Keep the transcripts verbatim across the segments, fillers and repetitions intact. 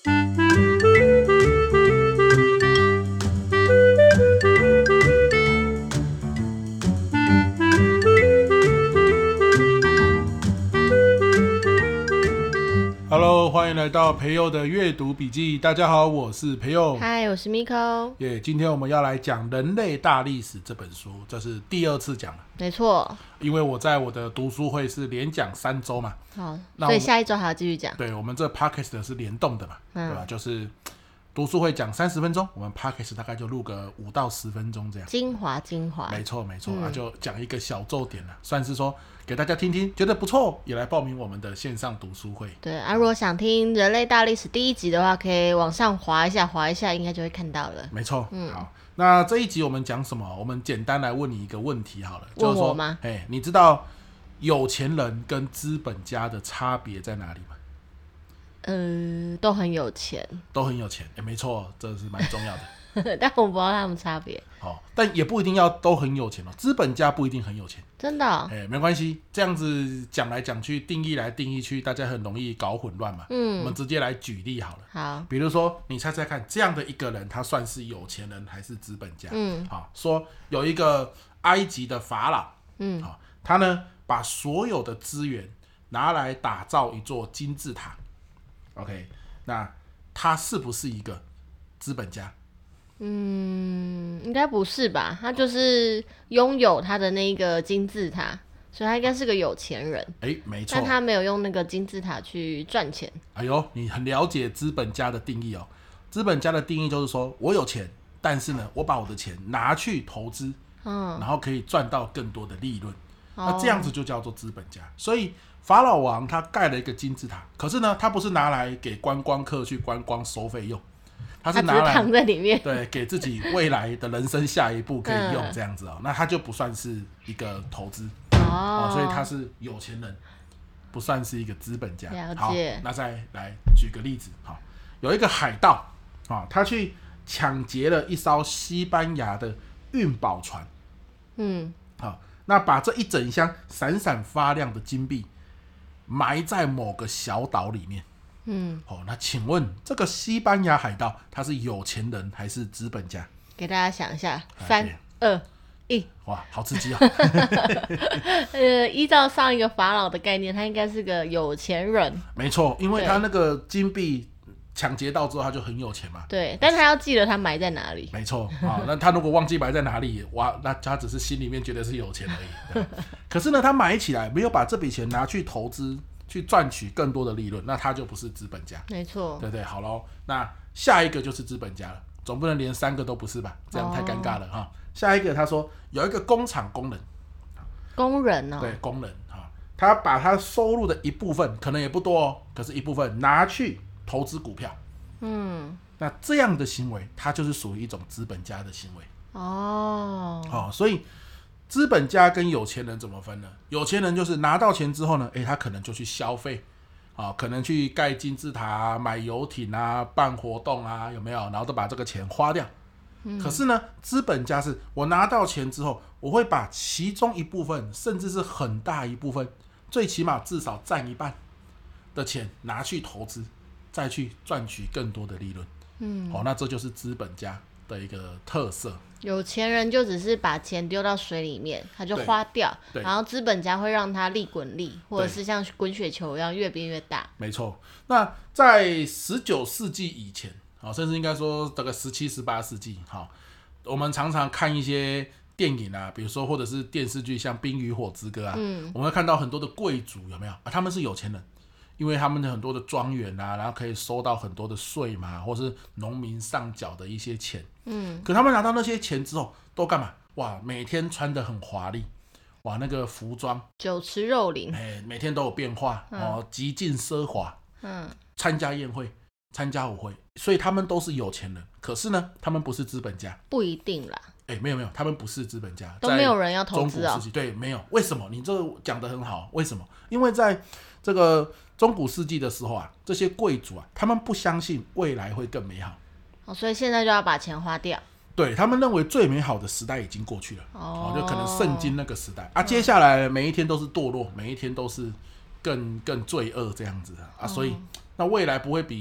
Hello， 欢迎来到培佑的阅读笔记。大家好，我是培佑。 嗨，我是 Miko。 耶、yeah, 今天我们要来讲《人类大历史》这本书，这是第二次讲了。 没错。 因为我在我的读书会是连讲三周嘛。 好，所以下一周还要继续讲。 对，我们这 Podcast 是联动的嘛， 嗯、 对吧？就是读书会讲三十分钟，我们 Podcast 大概就录个五到十分钟这样。 精华精华。 没错没错、 嗯、 啊，就讲一个小重点了，算是说给大家听听，觉得不错，也来报名我们的线上读书会。 对啊，如果想听《人类大历史》第一集的话，可以往上滑一下，滑一下，应该就会看到了。 没错， 嗯， 好，那这一集我们讲什么？我们简单来问你一个问题好了， 问我吗？ 就是说，你知道有钱人跟资本家的差别在哪里吗？ 呃，都很有钱， 都很有钱，哎，没错，这是蛮重要的。 但我不知道他们差别。 哦，但也不一定要都很有钱哦，资本家不一定很有钱。 真的、哦？ 哎，没关系，这样子讲来讲去，定义来定义去，大家很容易搞混乱嘛。嗯，我们直接来举例好了。 好， 比如说，你猜猜看，这样的一个人，他算是有钱人还是资本家？嗯，好，说有一个埃及的法老，嗯，好，他呢把所有的资源拿来打造一座金字塔。OK， 那他是不是一个资本家？ 嗯，应该不是吧？他就是拥有他的那个金字塔，所以他应该是个有钱人。 哎，没错。 但他没有用那个金字塔去赚钱。 哎呦，你很了解资本家的定义哦。资本家的定义就是说我有钱，但是呢，我把我的钱拿去投资，嗯，然后可以赚到更多的利润。哦、那这样子就叫做资本家。所以法老王他盖了一个金字塔，可是呢，他不是拿来给观光客去观光收费用。他是拿来他只是躺在里面， 对，给自己未来的人生下一步可以用这样子哦。嗯、那他就不算是一个投资哦, 哦，所以他是有钱人，不算是一个资本家。 了解。 好，那再来举个例子，好，有一个海盗啊、哦，他去抢劫了一艘西班牙的运宝船，嗯，好，那把这一整箱闪闪发亮的金币埋在某个小岛里面。嗯，哦，那请问这个西班牙海盗他是有钱人还是资本家？ 给大家想一下，三二一， 哇，好刺激啊！ 呃，依照上一个法老的概念，他应该是个有钱人。 没错，因为他那个金币抢劫到之后，他就很有钱嘛。 对，但他要记得他埋在哪里。 没错，啊，那他如果忘记埋在哪里，哇，那他只是心里面觉得是有钱而已。可是呢，他买起来没有把这笔钱拿去投资。去赚取更多的利润，那他就不是资本家。 没错， 对对，好咯，那下一个就是资本家了，总不能连三个都不是吧？这样太尴尬了哈、哦。下一个他说有一个工厂工人， 工人哦， 对，工人哈、哦，他把他收入的一部分，可能也不多哦，可是一部分拿去投资股票。嗯，那这样的行为，他就是属于一种资本家的行为。哦，好、哦，所以。资本家跟有钱人怎么分呢？有钱人就是拿到钱之后呢，诶，他可能就去消费，啊，可能去盖金字塔啊、买游艇啊、办活动啊，有没有？然后都把这个钱花掉。嗯、可是呢，资本家是我拿到钱之后，我会把其中一部分，甚至是很大一部分，最起码至少占一半的钱拿去投资，再去赚取更多的利润。嗯，哦，那这就是资本家的一个特色。 有钱人就只是把钱丢到水里面，他就花掉，然后资本家会让他利滚利，或者是像滚雪球一样越变越大。 没错。那在十九世纪以前，甚至应该说这个十七、十八世纪，我们常常看一些电影啊，比如说或者是电视剧，像《冰与火之歌》啊，嗯、我们会看到很多的贵族有没有、啊？他们是有钱人。因为他们的很多的庄园啊，然后可以收到很多的税嘛，或是农民上缴的一些钱。嗯，可他们拿到那些钱之后，都干嘛？哇，每天穿得很华丽，哇，那个服装酒池肉林， 哎，每天都有变化、嗯、哦，极尽奢华。嗯，参加宴会，参加舞会，所以他们都是有钱人。可是呢，他们不是资本家， 不一定啦。 哎，没有没有，他们不是资本家， 都没有人要投资啊、 哦。对，没有。为什么？你这个讲得很好，为什么？因为在这个中古世纪的时候啊，这些贵族啊，他们不相信未来会更美好， 哦，所以现在就要把钱花掉。 对，他们认为最美好的时代已经过去了，哦，就可能圣经那个时代啊，接下来每一天都是堕落，每一天都是更更罪恶这样子啊，所以那未来不会比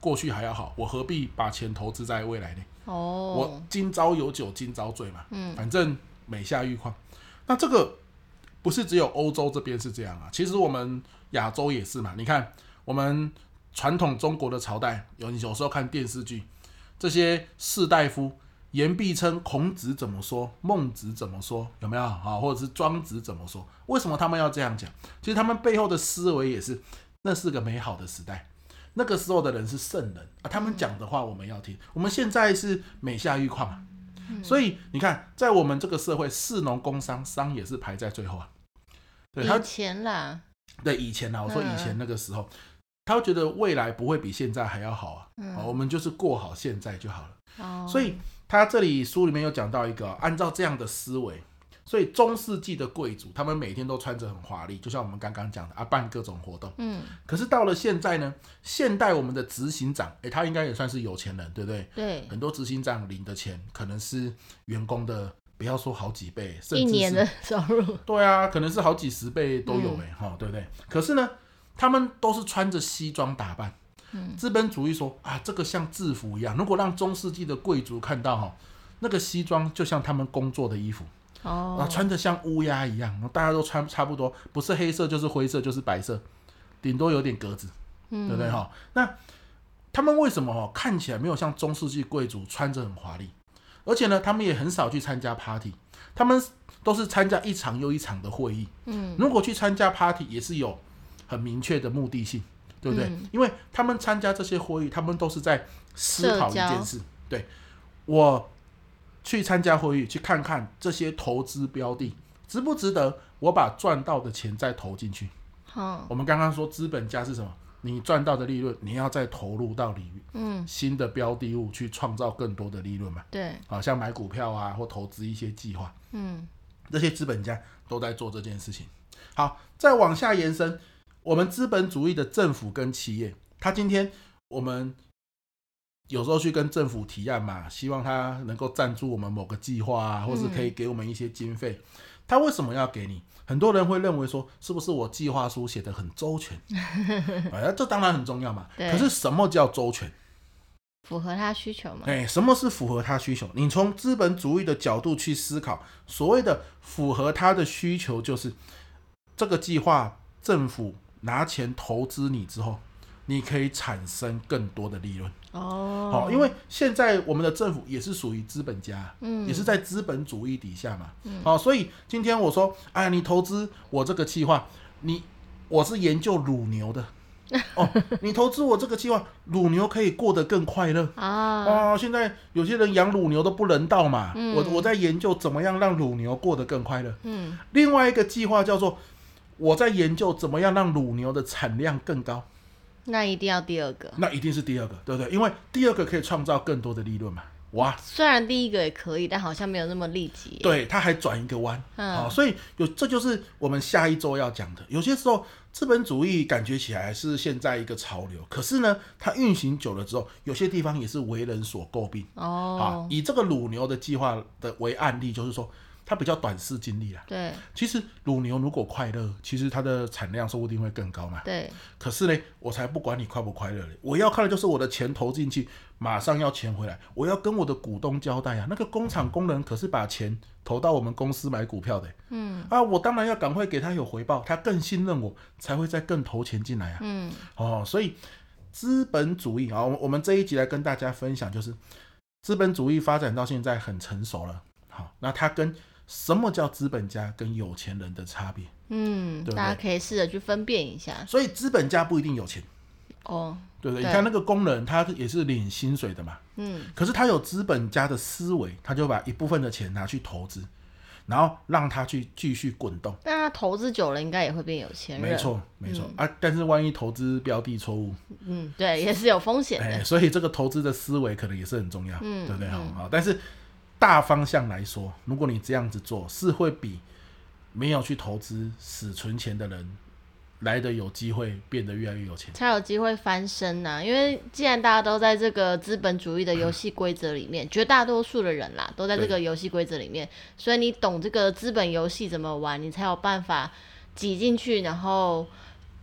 过去还要好，我何必把钱投资在未来呢？ 哦， 我今朝有酒今朝醉嘛，嗯，反正每下愈况。那这个不是只有欧洲这边是这样啊，其实我们亚洲也是嘛。你看我们传统中国的朝代，有有时候看电视剧，这些士大夫言必称孔子怎么说，孟子怎么说，有没有啊？或者是庄子怎么说？为什么他们要这样讲？其实他们背后的思维也是，那是个美好的时代，那个时候的人是圣人啊，他们讲的话我们要听。我们现在是每下愈况嘛，嗯、所以你看，在我们这个社会，士农工商，商也是排在最后啊。 对，以前啦， 对，以前啦，我说以前那个时候，嗯、他会觉得未来不会比现在还要好啊，嗯、我们就是过好现在就好了。哦、所以他这里书里面有讲到一个，按照这样的思维，所以中世纪的贵族，他们每天都穿着很华丽，就像我们刚刚讲的啊，办各种活动。嗯。可是到了现在呢，现代我们的执行长，哎，他应该也算是有钱人，对不对？ 对。 很多执行长领的钱，可能是员工的，不要说好几倍，甚至是一年的收入。 对啊，可能是好几十倍都有哎，哈、嗯，对不对？可是呢，他们都是穿着西装打扮。嗯，资本主义说啊，这个像制服一样，如果让中世纪的贵族看到哈，那个西装就像他们工作的衣服，哦，啊，穿得像乌鸦一样，大家都穿差不多，不是黑色就是灰色就是白色，顶多有点格子，嗯、对不对哈？那他们为什么看起来没有像中世纪贵族穿着很华丽？而且呢，他们也很少去参加 party， 他们都是参加一场又一场的会议。嗯，如果去参加 party 也是有很明确的目的性。对不对？嗯、因为他们参加这些会议，他们都是在思考一件事。对，我去参加会议，去看看这些投资标的值不值得，我把赚到的钱再投进去。嗯、我们刚刚说资本家是什么？你赚到的利润，你要再投入到里面，嗯，新的标的物去创造更多的利润嘛。 对， 好像买股票啊，或投资一些计划。嗯，这些资本家都在做这件事情。好，再往下延伸。我们资本主义的政府跟企业，他今天我们有时候去跟政府提案嘛，希望他能够赞助我们某个计划啊，或是可以给我们一些经费。嗯、他为什么要给你？很多人会认为说，是不是我计划书写得很周全？哎，这当然很重要嘛。可是什么叫周全？ 符合他需求嘛？ 哎，什么是符合他需求？你从资本主义的角度去思考，所谓的符合他的需求，就是这个计划政府拿钱投资你之后，你可以产生更多的利润哦。好，因为现在我们的政府也是属于资本家，嗯，也是在资本主义底下嘛，嗯，好，所以今天我说，哎，你投资我这个计划，你我是研究乳牛的，哦，你投资我这个计划，乳牛可以过得更快乐啊。哦，现在有些人养乳牛都不人道嘛，嗯、我我在研究怎么样让乳牛过得更快乐。嗯，另外一个计划叫做。我在研究怎么样让乳牛的产量更高， 那一定要第二个， 那一定是第二个，对不对？因为第二个可以创造更多的利润嘛。哇， 虽然第一个也可以，但好像没有那么立即。 对，它还转一个弯，嗯哦、所以有这就是我们下一周要讲的。有些时候资本主义感觉起来是现在一个潮流，可是呢，它运行久了之后，有些地方也是为人所诟病。哦，啊、以这个乳牛的计划的为案例，就是说。它比较短视经历啦。 对， 其实乳牛如果快乐，其实它的产量说不定会更高嘛。 对。 可是呢，我才不管你快不快乐嘞，我要看的就是我的钱投进去，马上要钱回来，我要跟我的股东交代啊。那个工厂工人可是把钱投到我们公司买股票的，嗯啊，我当然要赶快给他有回报，他更信任我，才会再更投钱进来啊。嗯，哦，所以资本主义啊，我们这一集来跟大家分享，就是资本主义发展到现在很成熟了。好，那它跟什么叫资本家跟有钱人的差别？嗯，对不对？ 大家可以试着去分辨一下。 所以资本家不一定有钱，哦，对不对？对，你看那个工人，他也是领薪水的嘛，嗯，可是他有资本家的思维，他就把一部分的钱拿去投资，然后让他去继续滚动。 但他投资久了，应该也会变有钱人。 没错，没错、嗯、啊！但是万一投资标的错误， 嗯，对，也是有风险的、欸。 所以这个投资的思维可能也是很重要，嗯，对不对？好、嗯，但是。大方向来说，如果你这样子做，是会比没有去投资死存钱的人来的有机会变得越来越有钱， 才有机会翻身啊。因为既然大家都在这个资本主义的游戏规则里面、嗯、绝大多数的人啦都在这个游戏规则里面，所以你懂这个资本游戏怎么玩，你才有办法挤进去，然后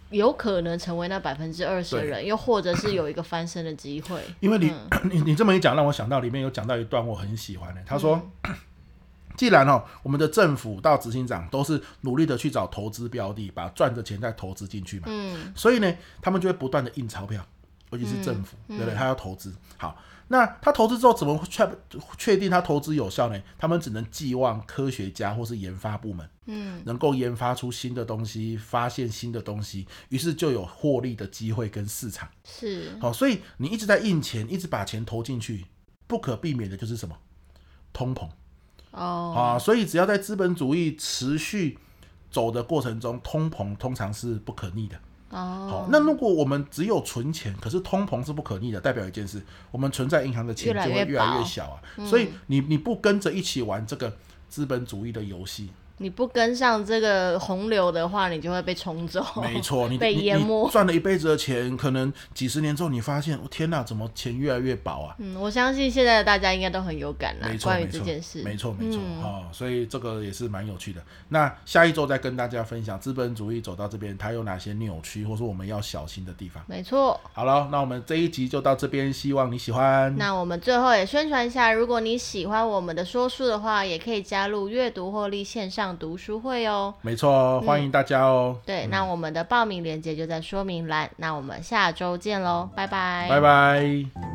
有可能成为那百分之二十的人，又或者是有一个翻身的机会。 因为你、嗯、你你这么一讲，让我想到里面有讲到一段我很喜欢的，他说。嗯既然、哦、我们的政府到执行长都是努力的去找投资标的，把赚的钱再投资进去嘛、嗯，所以呢，他们就会不断的印钞票，尤其是政府，嗯、对不对？他要投资。好，那他投资之后怎么确确定他投资有效呢？他们只能寄望科学家或是研发部门，嗯，能够研发出新的东西，发现新的东西，于是就有获利的机会跟市场。 是， 好，所以你一直在印钱，一直把钱投进去，不可避免的就是什么？通膨。哦、啊，所以只要在资本主义持续走的过程中，通膨通常是不可逆的。哦，好，那如果我们只有存钱，可是通膨是不可逆的，代表一件事，我们存在银行的钱就会越来越小啊。越越所以你你不跟着一起玩这个资本主义的游戏， 你不跟上这个洪流的话，你就会被冲走。 没错，你被淹没。 你赚了一辈子的钱，可能几十年之后你发现，哦、天哪，怎么钱越来越薄啊？ 嗯，我相信现在的大家应该都很有感啦，关于这件事。 没错没错、嗯哦，所以这个也是蛮有趣的。那下一周再跟大家分享资本主义走到这边，它有哪些扭曲，或是我们要小心的地方。 没错。 好了，那我们这一集就到这边，希望你喜欢。 那我们最后也宣传一下，如果你喜欢我们的说书的话，也可以加入阅读获利线上读书会哦。 没错，欢迎大家哦。 嗯、对、嗯，那我们的报名链接就在说明栏。那我们下周见喽，拜拜， 拜拜。